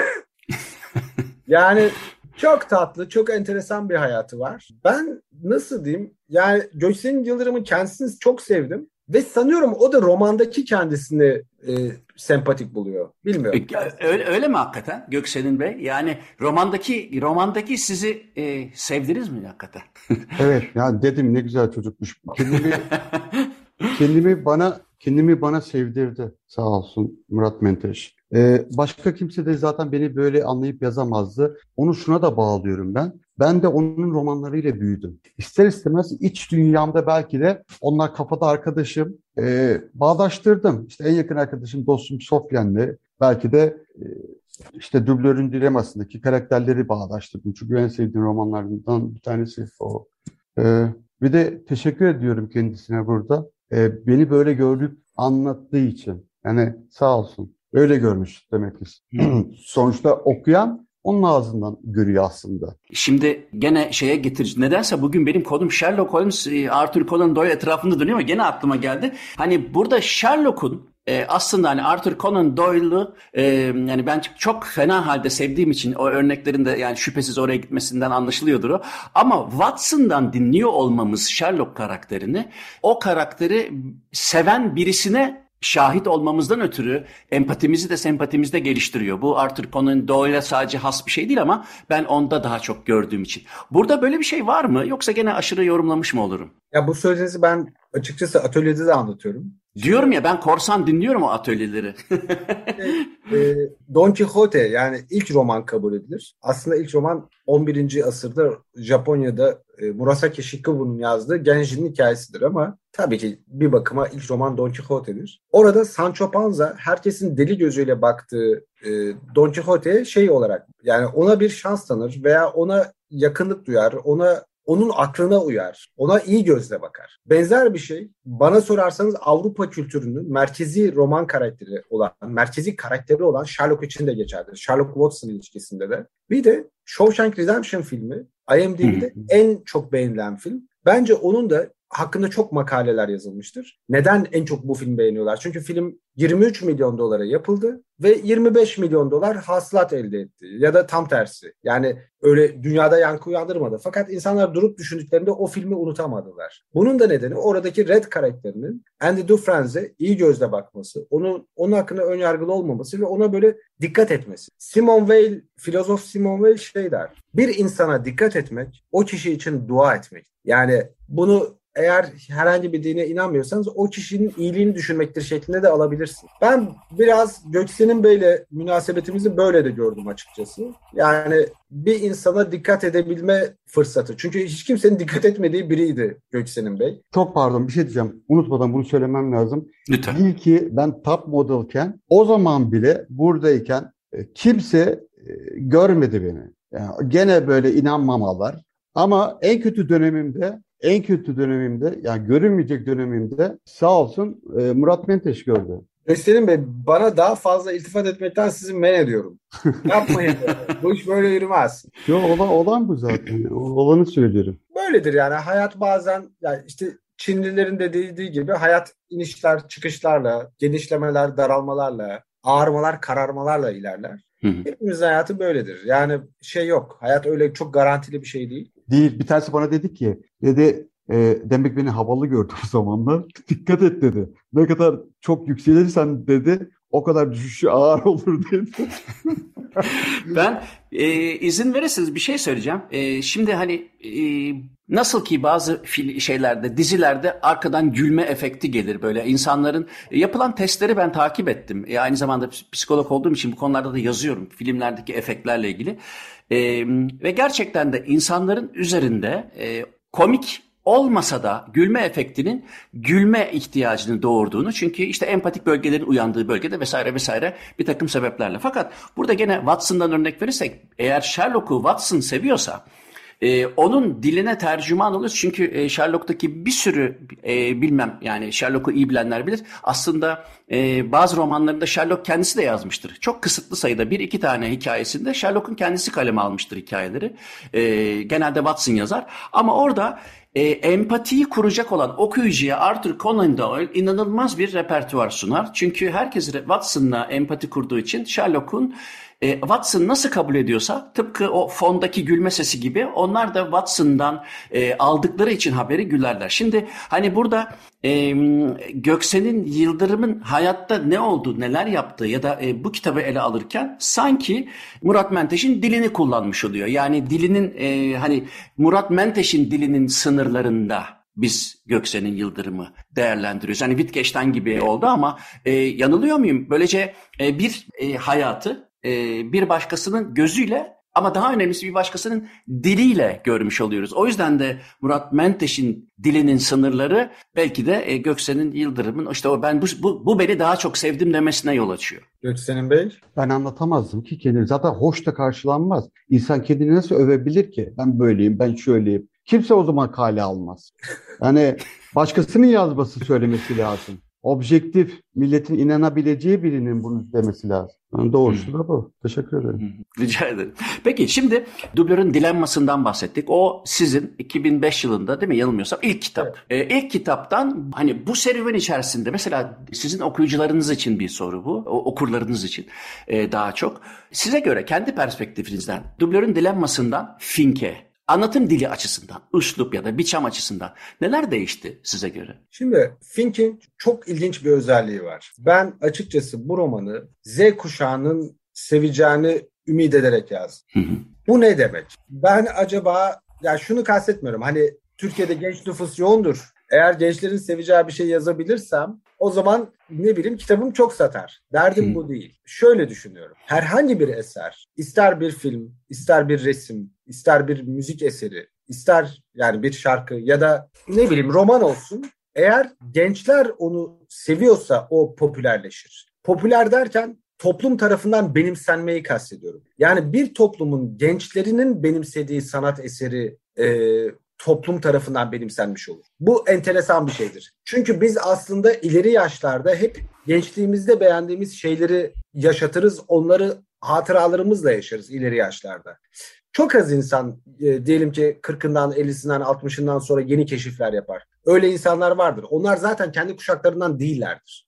Yani çok tatlı, çok enteresan bir hayatı var. Ben nasıl diyeyim? Yani Göksen Yıldırım'ın kendisini çok sevdim. Ve sanıyorum o da romandaki kendisini e, sempatik buluyor. Bilmiyorum. Öyle, öyle mi hakikaten Göksen'in Bey? Yani romandaki romandaki sizi e, sevdiniz mi hakikaten? Evet, yani dedim ne güzel çocukmuş. Kendimi kendimi bana kendimi bana sevdirdi. Sağ olsun Murat Menteş. Ee, başka kimse de zaten beni böyle anlayıp yazamazdı. Onu şuna da bağlıyorum ben. Ben de onun romanlarıyla büyüdüm. İster istemez iç dünyamda belki de onlar kafada arkadaşım. E, bağdaştırdım. İşte en yakın arkadaşım, dostum Sofyan'le. Belki de e, işte Dublör'ün Dileması'ndaki karakterleri bağdaştırdım. Çünkü en sevdiğim romanlarından bir tanesi o. E, bir de teşekkür ediyorum kendisine burada. E, beni böyle görüp anlattığı için. Yani sağ olsun. Öyle görmüş demek ki. Sonuçta okuyan onun ağzından görüyor aslında. Şimdi gene şeye getirici. Nedense bugün benim konum Sherlock Holmes, Arthur Conan Doyle etrafında dönüyor ama gene aklıma geldi. Hani burada Sherlock'un e, aslında hani Arthur Conan Doyle'ı e, yani ben çok fena halde sevdiğim için o örneklerin de yani şüphesiz oraya gitmesinden anlaşılıyordur o. Ama Watson'dan dinliyor olmamız Sherlock karakterini, o karakteri seven birisine şahit olmamızdan ötürü empatimizi de sempatimizi de geliştiriyor. Bu Arthur Conan Doyle'a sadece has bir şey değil ama ben onda daha çok gördüğüm için. Burada böyle bir şey var mı? Yoksa gene aşırı yorumlamış mı olurum? Ya bu söylediğinizi ben açıkçası atölyede de anlatıyorum. Diyorum ya, ben korsan dinliyorum o atölyeleri. e, Don Quixote yani ilk roman kabul edilir. Aslında ilk roman on birinci asırda Japonya'da e, Murasaki Shikibu'nun yazdığı Genji'nin hikayesidir ama tabii ki bir bakıma ilk roman Don Quixote'dir. Orada Sancho Panza herkesin deli gözüyle baktığı e, Don Quixote'ye şey olarak, yani ona bir şans tanır veya ona yakınlık duyar, ona onun aklına uyar, ona iyi gözle bakar. Benzer bir şey bana sorarsanız Avrupa kültürünün merkezi roman karakteri olan, merkezi karakteri olan Sherlock için de geçerlidir. Sherlock Watson ilişkisinde de. Bir de Shawshank Redemption filmi I M D B'de en çok beğenilen film. Bence onun da hakkında çok makaleler yazılmıştır. Neden en çok bu filmi beğeniyorlar? Çünkü film yirmi üç milyon dolara yapıldı ve yirmi beş milyon dolar hasılat elde etti. Ya da tam tersi. Yani öyle dünyada yankı uyandırmadı. Fakat insanlar durup düşündüklerinde o filmi unutamadılar. Bunun da nedeni oradaki Red karakterinin Andy Dufresne'e iyi gözle bakması, onun onun hakkında önyargılı olmaması ve ona böyle dikkat etmesi. Simone Weil, filozof Simone Weil şey der. Bir insana dikkat etmek, o kişi için dua etmek. Yani bunu eğer herhangi bir dine inanmıyorsanız o kişinin iyiliğini düşünmektir şeklinde de alabilirsin. Ben biraz Göksen'in Bey'le münasebetimizi böyle de gördüm açıkçası. Yani bir insana dikkat edebilme fırsatı. Çünkü hiç kimsenin dikkat etmediği biriydi Göksen'in Bey. Çok pardon, bir şey diyeceğim. Unutmadan bunu söylemem lazım. Lütfen. Bil ki ben top modelken o zaman bile buradayken kimse görmedi beni. Yani gene böyle inanmamalar. Ama en kötü dönemimde En kötü dönemimde, yani görünmeyecek dönemimde sağ olsun e, Murat Menteş gördü. Göksen'in Bey, bana daha fazla iltifat etmekten sizi men ediyorum. Yapmayın. Bu iş böyle yürümez. Yok, olan, olan bu zaten. Olanı söylüyorum. Böyledir yani. Hayat bazen, yani işte Çinlilerin de dediği gibi hayat inişler, çıkışlarla, genişlemeler, daralmalarla, ağarmalar, kararmalarla ilerler. Hı hı. Hepimizin hayatı böyledir. Yani şey yok. Hayat öyle çok garantili bir şey değil. Değil. Bir tanesi bana dedi ki, dedi e, demek beni havalı gördü o zamanlar. Dikkat et dedi. Ne kadar çok yükselirsen dedi, o kadar düşüşü ağır olur dedi. Ben e, izin verirseniz bir şey söyleyeceğim. E, şimdi hani e, nasıl ki bazı fil, şeylerde, dizilerde arkadan gülme efekti gelir böyle insanların e, yapılan testleri ben takip ettim. E, aynı zamanda psikolog olduğum için bu konularda da yazıyorum filmlerdeki efektlerle ilgili. E, ve gerçekten de insanların üzerinde e, komik olmasa da gülme efektinin gülme ihtiyacını doğurduğunu, çünkü işte empatik bölgelerin uyandığı bölgede vesaire vesaire bir takım sebeplerle. Fakat burada gene Watson'dan örnek verirsek, eğer Sherlock'u Watson seviyorsa Ee, onun diline tercüman oluyoruz. Çünkü e, Sherlock'taki bir sürü e, bilmem yani Sherlock'u iyi bilenler bilir. Aslında e, bazı romanlarında Sherlock kendisi de yazmıştır. Çok kısıtlı sayıda bir iki tane hikayesinde Sherlock'un kendisi kaleme almıştır hikayeleri. E, genelde Watson yazar. Ama orada e, empatiyi kuracak olan okuyucuya Arthur Conan Doyle inanılmaz bir repertuar sunar. Çünkü herkes Watson'la empati kurduğu için Sherlock'un E, Watson nasıl kabul ediyorsa, tıpkı o fondaki gülme sesi gibi, onlar da Watson'dan e, aldıkları için haberi gülerler. Şimdi hani burada e, Göksen'in Yıldırım'ın hayatta ne oldu, neler yaptığı ya da e, bu kitabı ele alırken sanki Murat Menteş'in dilini kullanmış oluyor. Yani dilinin e, hani Murat Menteş'in dilinin sınırlarında biz Göksen'in Yıldırım'ı değerlendiriyoruz. Yani Wittgenstein gibi oldu ama e, yanılıyor muyum? Böylece e, bir e, hayatı bir başkasının gözüyle ama daha önemlisi bir başkasının diliyle görmüş oluyoruz. O yüzden de Murat Menteş'in dilinin sınırları belki de Göksen'in Yıldırım'ın işte o ben bu, bu, bu beni daha çok sevdim demesine yol açıyor. Göksen'in Bey? Ben anlatamazdım ki kendimi. Zaten hoş da karşılanmaz. İnsan kendini nasıl övebilir ki? Ben böyleyim, ben şöyleyim. Kimse o zaman kale almaz. Yani başkasının yazması söylemesi lazım. Objektif, milletin inanabileceği birinin bunu demesi lazım. Yani doğrusu da bu. Teşekkür ederim. Rica ederim. Peki şimdi Dublör'ün Dilemması'ndan bahsettik. O sizin iki bin beş yılında, değil mi? Yanılmıyorsam ilk kitap. Evet. Ee, ilk kitaptan hani bu serüven içerisinde mesela sizin okuyucularınız için bir soru bu. O, okurlarınız için e, daha çok. Size göre kendi perspektifinizden Dublör'ün Dilemması'ndan Fink'e, anlatım dili açısından, üslup ya da biçim açısından neler değişti size göre? Şimdi Fink'in çok ilginç bir özelliği var. Ben açıkçası bu romanı Z kuşağının seveceğini ümit ederek yazdım. Hı hı. Bu ne demek? Ben acaba, ya şunu kastetmiyorum. Hani Türkiye'de genç nüfus yoğundur. Eğer gençlerin seveceği bir şey yazabilirsem o zaman ne bileyim kitabım çok satar. Derdim hmm. bu değil. Şöyle düşünüyorum. Herhangi bir eser, ister bir film, ister bir resim, ister bir müzik eseri, ister yani bir şarkı ya da ne bileyim roman olsun. Eğer gençler onu seviyorsa o popülerleşir. Popüler derken toplum tarafından benimsenmeyi kastediyorum. Yani bir toplumun gençlerinin benimsediği sanat eseri e, toplum tarafından benimsenmiş olur. Bu enteresan bir şeydir. Çünkü biz aslında ileri yaşlarda hep gençliğimizde beğendiğimiz şeyleri yaşatırız, onları hatıralarımızla yaşarız ileri yaşlarda. Çok az insan e, diyelim ki kırkından, ellisinden, altmışından sonra yeni keşifler yapar. Öyle insanlar vardır. Onlar zaten kendi kuşaklarından değillerdir.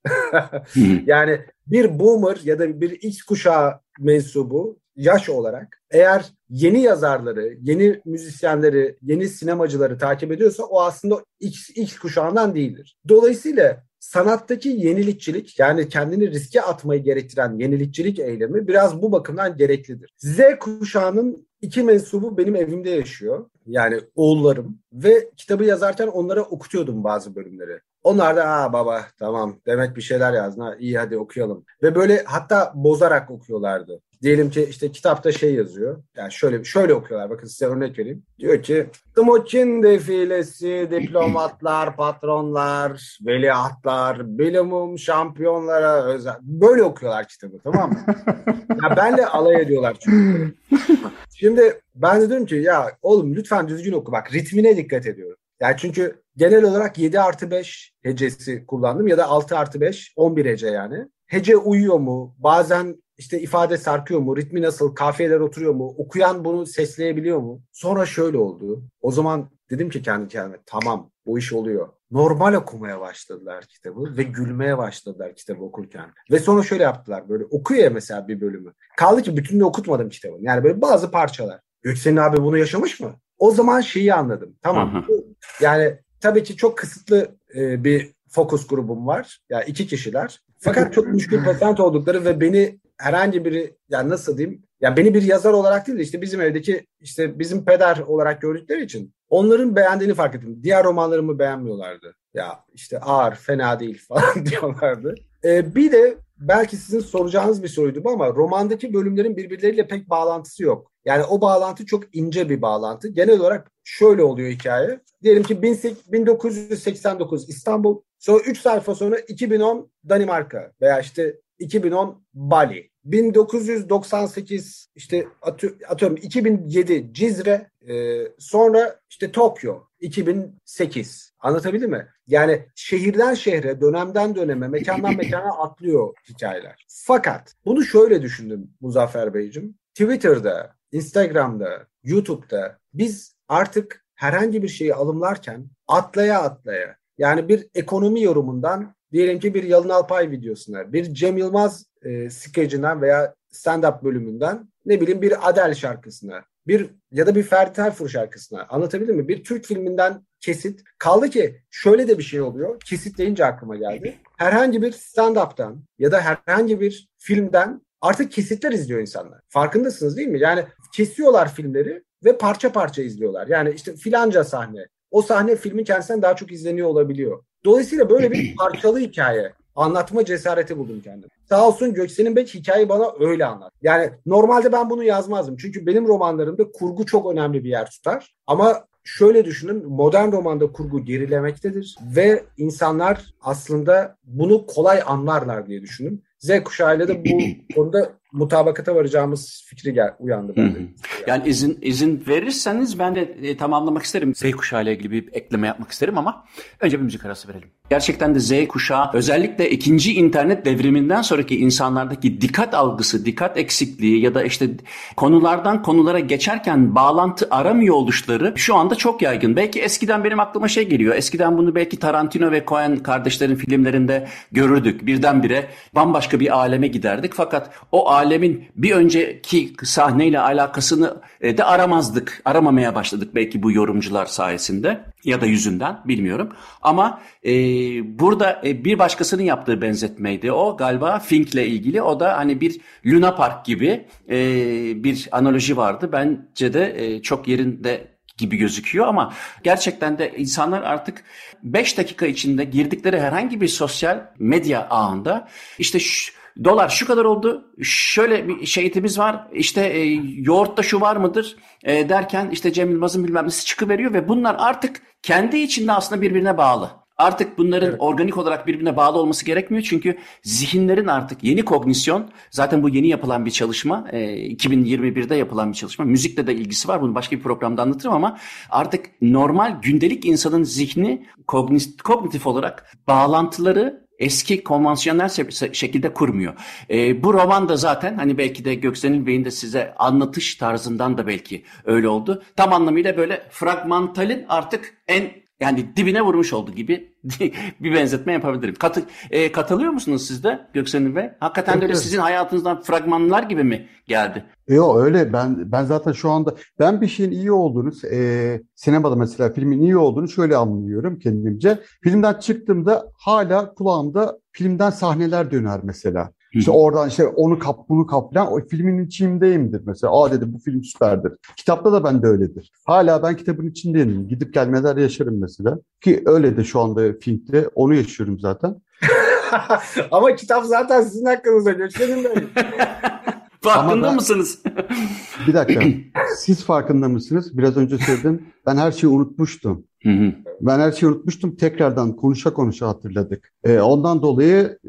Yani bir boomer ya da bir X kuşağı mensubu yaş olarak eğer yeni yazarları, yeni müzisyenleri, yeni sinemacıları takip ediyorsa o aslında X, X kuşağından değildir. Dolayısıyla sanattaki yenilikçilik, yani kendini riske atmayı gerektiren yenilikçilik eylemi biraz bu bakımdan gereklidir. Z kuşağının iki mensubu benim evimde yaşıyor. Yani oğullarım ve kitabı yazarken onlara okutuyordum bazı bölümleri. Onlar da aa baba tamam demek bir şeyler yazdın ha iyi hadi okuyalım. Ve böyle hatta bozarak okuyorlardı. Diyelim ki işte kitapta şey yazıyor. Yani şöyle şöyle okuyorlar. Bakın size örnek vereyim. Diyor ki Timoçin defilesi, diplomatlar, patronlar, veliahtlar, bilimum şampiyonlara özel. Böyle okuyorlar kitabı, tamam mı? Ya benle alay ediyorlar çünkü. Şimdi ben de diyorum ki ya oğlum lütfen düzgün oku. Bak ritmine dikkat ediyorum. Yani çünkü genel olarak yedi artı beş hecesi kullandım ya da altı artı beş, on bir hece yani. Hece uyuyor mu? Bazen işte ifade sarkıyor mu? Ritmi nasıl? Kafiyeler oturuyor mu? Okuyan bunu sesleyebiliyor mu? Sonra şöyle oldu. O zaman dedim ki kendi kendime tamam bu iş oluyor. Normal okumaya başladılar kitabı ve gülmeye başladılar kitabı okurken. Ve sonra şöyle yaptılar, böyle okuyor mesela bir bölümü. Kaldı ki bütününü okutmadım kitabın. Yani böyle bazı parçalar. Göksel'in abi bunu yaşamış mı? O zaman şeyi anladım. Tamam. Yani tabii ki çok kısıtlı e, bir fokus grubum var. Yani iki kişiler. Fakat çok müşkül pasant oldukları ve beni herhangi biri yani nasıl diyeyim? Yani beni bir yazar olarak değil de işte bizim evdeki işte bizim peder olarak gördükleri için onların beğendiğini fark ettim. Diğer romanlarımı beğenmiyorlardı. Ya işte ağır, fena değil falan diyorlardı. Ee, bir de belki sizin soracağınız bir soruydu bu ama romandaki bölümlerin birbirleriyle pek bağlantısı yok. Yani o bağlantı çok ince bir bağlantı. Genel olarak şöyle oluyor hikaye. Diyelim ki bin dokuz yüz seksen dokuz İstanbul, sonra üç sayfa sonra iki bin on Danimarka veya işte iki bin on Bali. bin dokuz yüz doksan sekiz işte atıyorum iki bin yedi Cizre, e, sonra işte Tokyo iki bin sekiz. Anlatabildim mi? Yani şehirden şehre, dönemden döneme, mekandan mekana atlıyor hikayeler. Fakat bunu şöyle düşündüm Muzaffer Beyciğim. Twitter'da, Instagram'da, YouTube'da biz artık herhangi bir şeyi alımlarken atlaya atlaya, yani bir ekonomi yorumundan diyelim ki bir Yalın Alpay videosuna, bir Cem Yılmaz e, skecinden veya stand-up bölümünden ne bileyim bir Adele şarkısına, bir ya da bir Ferdi Tayfur şarkısına, anlatabildim mi? Bir Türk filminden kesit. Kaldı ki şöyle de bir şey oluyor. Kesit deyince aklıma geldi. Herhangi bir stand-up'tan ya da herhangi bir filmden artık kesitler izliyor insanlar. Farkındasınız değil mi? Yani kesiyorlar filmleri ve parça parça izliyorlar. Yani işte filanca sahne. O sahne filmin kendisinden daha çok izleniyor olabiliyor. Dolayısıyla böyle bir parçalı hikaye anlatma cesareti buldum kendime. Sağ olsun Göksel'in Bek hikayeyi bana öyle anlat. Yani normalde ben bunu yazmazdım. Çünkü benim romanlarımda kurgu çok önemli bir yer tutar. Ama şöyle düşünün, modern romanda kurgu gerilemektedir. Ve insanlar aslında bunu kolay anlarlar diye düşünün. Z kuşağıyla da bu konuda mutabakata varacağımız fikri gel, uyandı bende. Yani izin izin verirseniz ben de e, tamamlamak isterim. Z kuşağı ile ilgili bir ekleme yapmak isterim ama önce bir müzik arası verelim. Gerçekten de Z kuşağı özellikle ikinci internet devriminden sonraki insanlardaki dikkat algısı, dikkat eksikliği ya da işte konulardan konulara geçerken bağlantı aramıyor oluşları şu anda çok yaygın. Belki eskiden benim aklıma şey geliyor. Eskiden bunu belki Tarantino ve Coen kardeşlerin filmlerinde görürdük. Birdenbire bambaşka bir aleme giderdik. Fakat o alemin bir önceki sahneyle alakasını de aramazdık. Aramamaya başladık belki bu yorumcular sayesinde ya da yüzünden bilmiyorum. Ama e, burada e, bir başkasının yaptığı benzetmeydi o galiba Fink'le ilgili. O da hani bir Luna Park gibi e, bir analoji vardı. Bence de e, çok yerinde gibi gözüküyor ama gerçekten de insanlar artık beş dakika içinde girdikleri herhangi bir sosyal medya ağında işte şu, dolar şu kadar oldu, şöyle bir şeyitimiz var, işte e, yoğurtta şu var mıdır e, derken işte Cem Yılmaz'ın bilmem nesi çıkıveriyor ve bunlar artık kendi içinde aslında birbirine bağlı. Artık bunların evet. organik olarak birbirine bağlı olması gerekmiyor çünkü zihinlerin artık yeni kognisyon, zaten bu yeni yapılan bir çalışma, e, iki bin yirmi birde yapılan bir çalışma, müzikle de ilgisi var, bunu başka bir programda anlatırım ama artık normal gündelik insanın zihni kognitif, kognitif olarak bağlantıları eski konvansiyonel şekilde kurmuyor. E, bu roman da zaten hani belki de Göksenil Bey'in de size anlatış tarzından da belki öyle oldu. Tam anlamıyla böyle fragmantalin artık en yani dibine vurmuş oldu gibi bir benzetme yapabilirim. Katı, e, katılıyor musunuz siz de Göksenil Bey? Hakikaten evet, de öyle evet. Sizin hayatınızdan fragmanlar gibi mi geldi? Yok öyle ben ben zaten şu anda ben bir şeyin iyi olduğunu e, sinemada mesela filmin iyi olduğunu şöyle anlıyorum kendimce. Filmden çıktığımda hala kulağımda filmden sahneler döner mesela. İşte oradan işte onu kap bunu kap falan o filmin içindeyimdir mesela. Aa dedi bu film süperdir. Kitapta da ben de öyledir. Hala ben kitabın içindeyim. Gidip gelmeler yaşarım mesela. Ki öyle de şu anda filmde onu yaşıyorum zaten. Ama kitap zaten sizin hakkınızda Göksen'in de. Farkında ben, mısınız? Bir dakika. Siz farkında mısınız? Biraz önce söyledim. Ben her şeyi unutmuştum. Hı hı. Ben her şeyi unutmuştum. Tekrardan konuşa konuşa hatırladık. Ee, ondan dolayı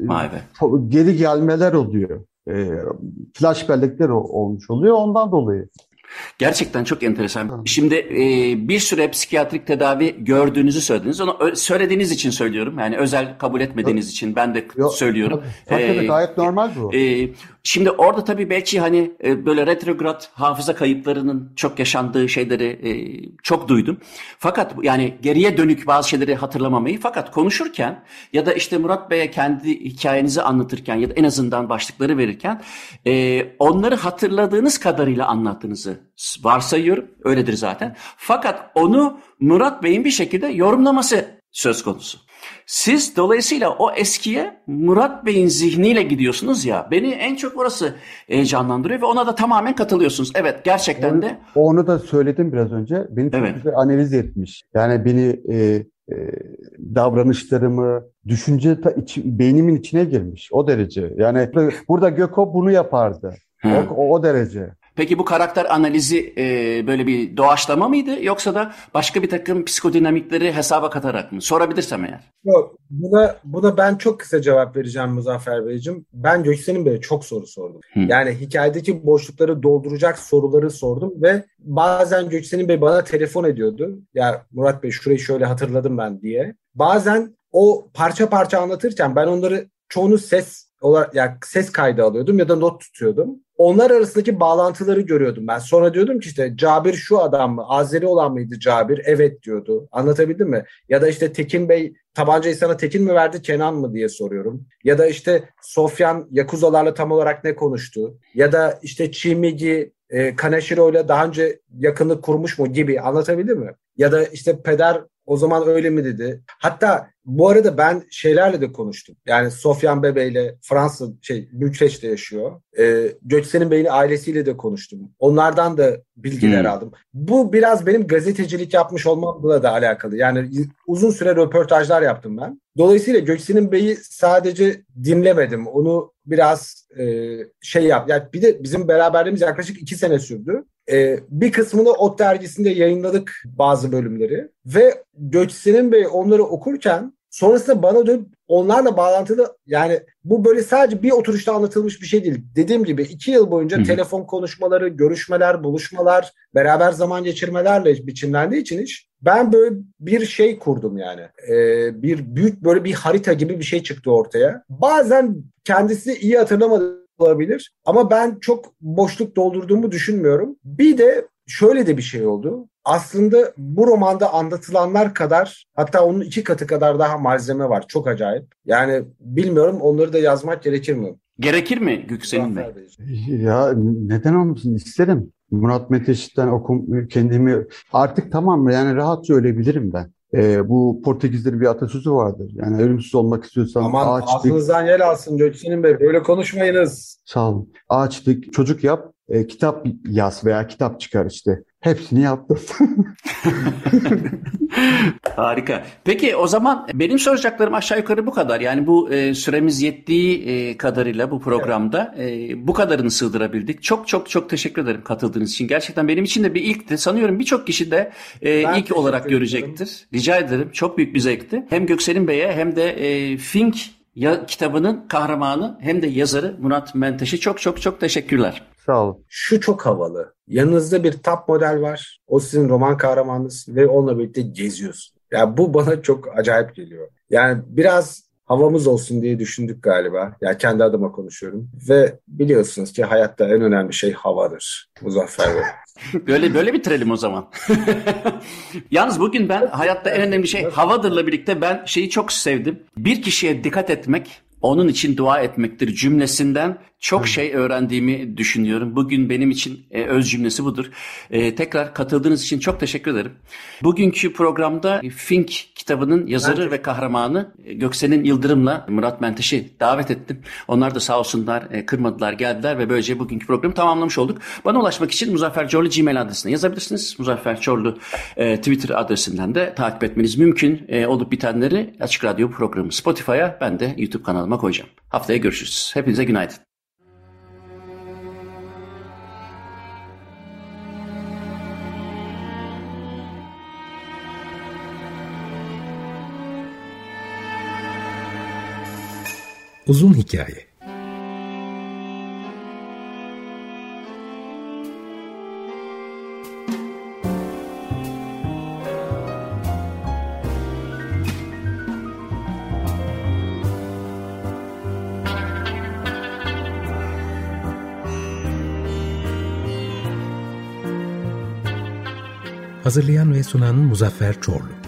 geri gelmeler oluyor. Ee, flash bellekler olmuş oluyor. Ondan dolayı. Gerçekten çok enteresan. Şimdi e, bir süre psikiyatrik tedavi gördüğünüzü söylediniz. Onu ö- söylediğiniz için söylüyorum. Yani özel kabul etmediğiniz Yok. için ben de Yok. söylüyorum. Tabii, tabii, ee, gayet normal bu. E, şimdi orada tabii belki hani e, böyle retrograd hafıza kayıplarının çok yaşandığı şeyleri e, çok duydum. Fakat yani geriye dönük bazı şeyleri hatırlamamayı fakat konuşurken ya da işte Murat Bey'e kendi hikayenizi anlatırken ya da en azından başlıkları verirken e, onları hatırladığınız kadarıyla anlattığınızı varsayıyorum. Öyledir zaten. Fakat onu Murat Bey'in bir şekilde yorumlaması söz konusu. Siz dolayısıyla o eskiye Murat Bey'in zihniyle gidiyorsunuz ya. Beni en çok orası heyecanlandırıyor ve ona da tamamen katılıyorsunuz. Evet gerçekten onu, de. Onu da söyledim biraz önce. Beni çok evet. güzel analiz etmiş. Yani beni e, e, davranışlarımı, düşünce ta, iç, beynimin içine girmiş. O derece. Yani burada Göko bunu yapardı. O, o, o derece. Peki bu karakter analizi e, böyle bir doğaçlama mıydı yoksa da başka bir takım psikodinamikleri hesaba katarak mı? Sorabilirsem eğer. Yok, buna, buna ben çok kısa cevap vereceğim Muzaffer Beyciğim. Ben Göksen'in Bey'e çok soru sordum. Hı. Yani hikayedeki boşlukları dolduracak soruları sordum ve bazen Göksen'in Bey bana telefon ediyordu. Ya Murat Bey şurayı şöyle hatırladım ben diye. Bazen o parça parça anlatırken ben onları çoğunu ses olarak yani ses kaydı alıyordum ya da not tutuyordum. Onlar arasındaki bağlantıları görüyordum ben. Sonra diyordum ki işte Cabir şu adam mı? Azeri olan mıydı Cabir? Evet diyordu. Anlatabildim mi? Ya da işte Tekin Bey tabancayı sana Tekin mi verdi Kenan mı diye soruyorum. Ya da işte Sofyan Yakuzalarla tam olarak ne konuştu? Ya da işte Çimigi e, Kaneshiro ile daha önce yakınlık kurmuş mu gibi anlatabildim mi? Ya da işte peder o zaman öyle mi dedi? Hatta bu arada ben şeylerle de konuştum. Yani Sofyan Bebe'yle Fransa şey Bükreş'te yaşıyor. Ee, Göksen'in Bey'in ailesiyle de konuştum. Onlardan da bilgiler hmm. aldım. Bu biraz benim gazetecilik yapmış olmamla da alakalı. Yani uzun süre röportajlar yaptım ben. Dolayısıyla Göksen'in Bey'i sadece dinlemedim. Onu biraz e, şey yap. Yani bir de bizim beraberliğimiz yaklaşık iki sene sürdü. Ee, bir kısmını Ot dergisinde yayınladık bazı bölümleri ve Göksen'in Bey onları okurken sonrasında bana dönüp onlarla bağlantılı yani bu böyle sadece bir oturuşta anlatılmış bir şey değil. Dediğim gibi iki yıl boyunca Hı-hı. telefon konuşmaları, görüşmeler, buluşmalar, beraber zaman geçirmelerle biçimlendiği için iş. Ben böyle bir şey kurdum yani. Ee, bir büyük böyle bir harita gibi bir şey çıktı ortaya. Bazen kendisi iyi hatırlamadı olabilir. Ama ben çok boşluk doldurduğumu düşünmüyorum. Bir de şöyle de bir şey oldu. Aslında bu romanda anlatılanlar kadar hatta onun iki katı kadar daha malzeme var. Çok acayip. Yani bilmiyorum onları da yazmak gerekir mi? Gerekir mi Göksen'in Bey? Ya neden olmasın isterim. Murat Menteş'ten okum kendimi artık tamam mı yani rahatça ölebilirim ben. Ee, bu Portekizlerin bir atasözü vardır. Yani ölümsüz olmak istiyorsan aman ağaç dik. Aklınızdan yer alsın Göksen'in Bey. Böyle konuşmayınız. Sağ olun. Ağaç dik, çocuk yap, e, kitap yaz veya kitap çıkar işte. hepsini yaptım. Harika. Peki o zaman benim soracaklarım aşağı yukarı bu kadar. Yani bu e, süremiz yettiği e, kadarıyla bu programda e, bu kadarını sığdırabildik. Çok çok çok teşekkür ederim katıldığınız için. Gerçekten benim için de bir ilkti. Sanıyorum birçok kişi de e, ilk olarak ederim. görecektir. Rica ederim. Çok büyük bir zevkti. Hem Göksel'in Bey'e hem de e, Fink ya kitabının kahramanı hem de yazarı Murat Menteş'e çok çok çok teşekkürler. Sağ olun. Şu çok havalı. Yanınızda bir top model var. O sizin roman kahramanınız ve onunla birlikte geziyorsun. Yani bu bana çok acayip geliyor. Yani biraz havamız olsun diye düşündük galiba. Yani kendi adıma konuşuyorum. Ve biliyorsunuz ki hayatta en önemli şey havadır. Muzaffer Bey. Böyle böyle bitirelim o zaman. Yalnız bugün ben hayatta en önemli şey havadırla birlikte ben şeyi çok sevdim. Bir kişiye dikkat etmek, onun için dua etmektir cümlesinden çok şey öğrendiğimi düşünüyorum. Bugün benim için e, öz cümlesi budur. E, tekrar katıldığınız için çok teşekkür ederim. Bugünkü programda Fink kitabının yazarı evet. ve kahramanı Göksel'in Yıldırım'la Murat Menteş'i davet ettim. Onlar da sağ olsunlar e, kırmadılar, geldiler ve böylece bugünkü programı tamamlamış olduk. Bana ulaşmak için Muzaffer Çorlu Gmail adresine yazabilirsiniz. Muzaffer Çorlu e, Twitter adresinden de takip etmeniz mümkün. E, olup bitenleri Açık Radyo programı Spotify'a, ben de YouTube kanalıma koyacağım. Haftaya görüşürüz. Hepinize günaydın. Uzun hikaye. Hazırlayan ve sunan Muzaffer Çorlu.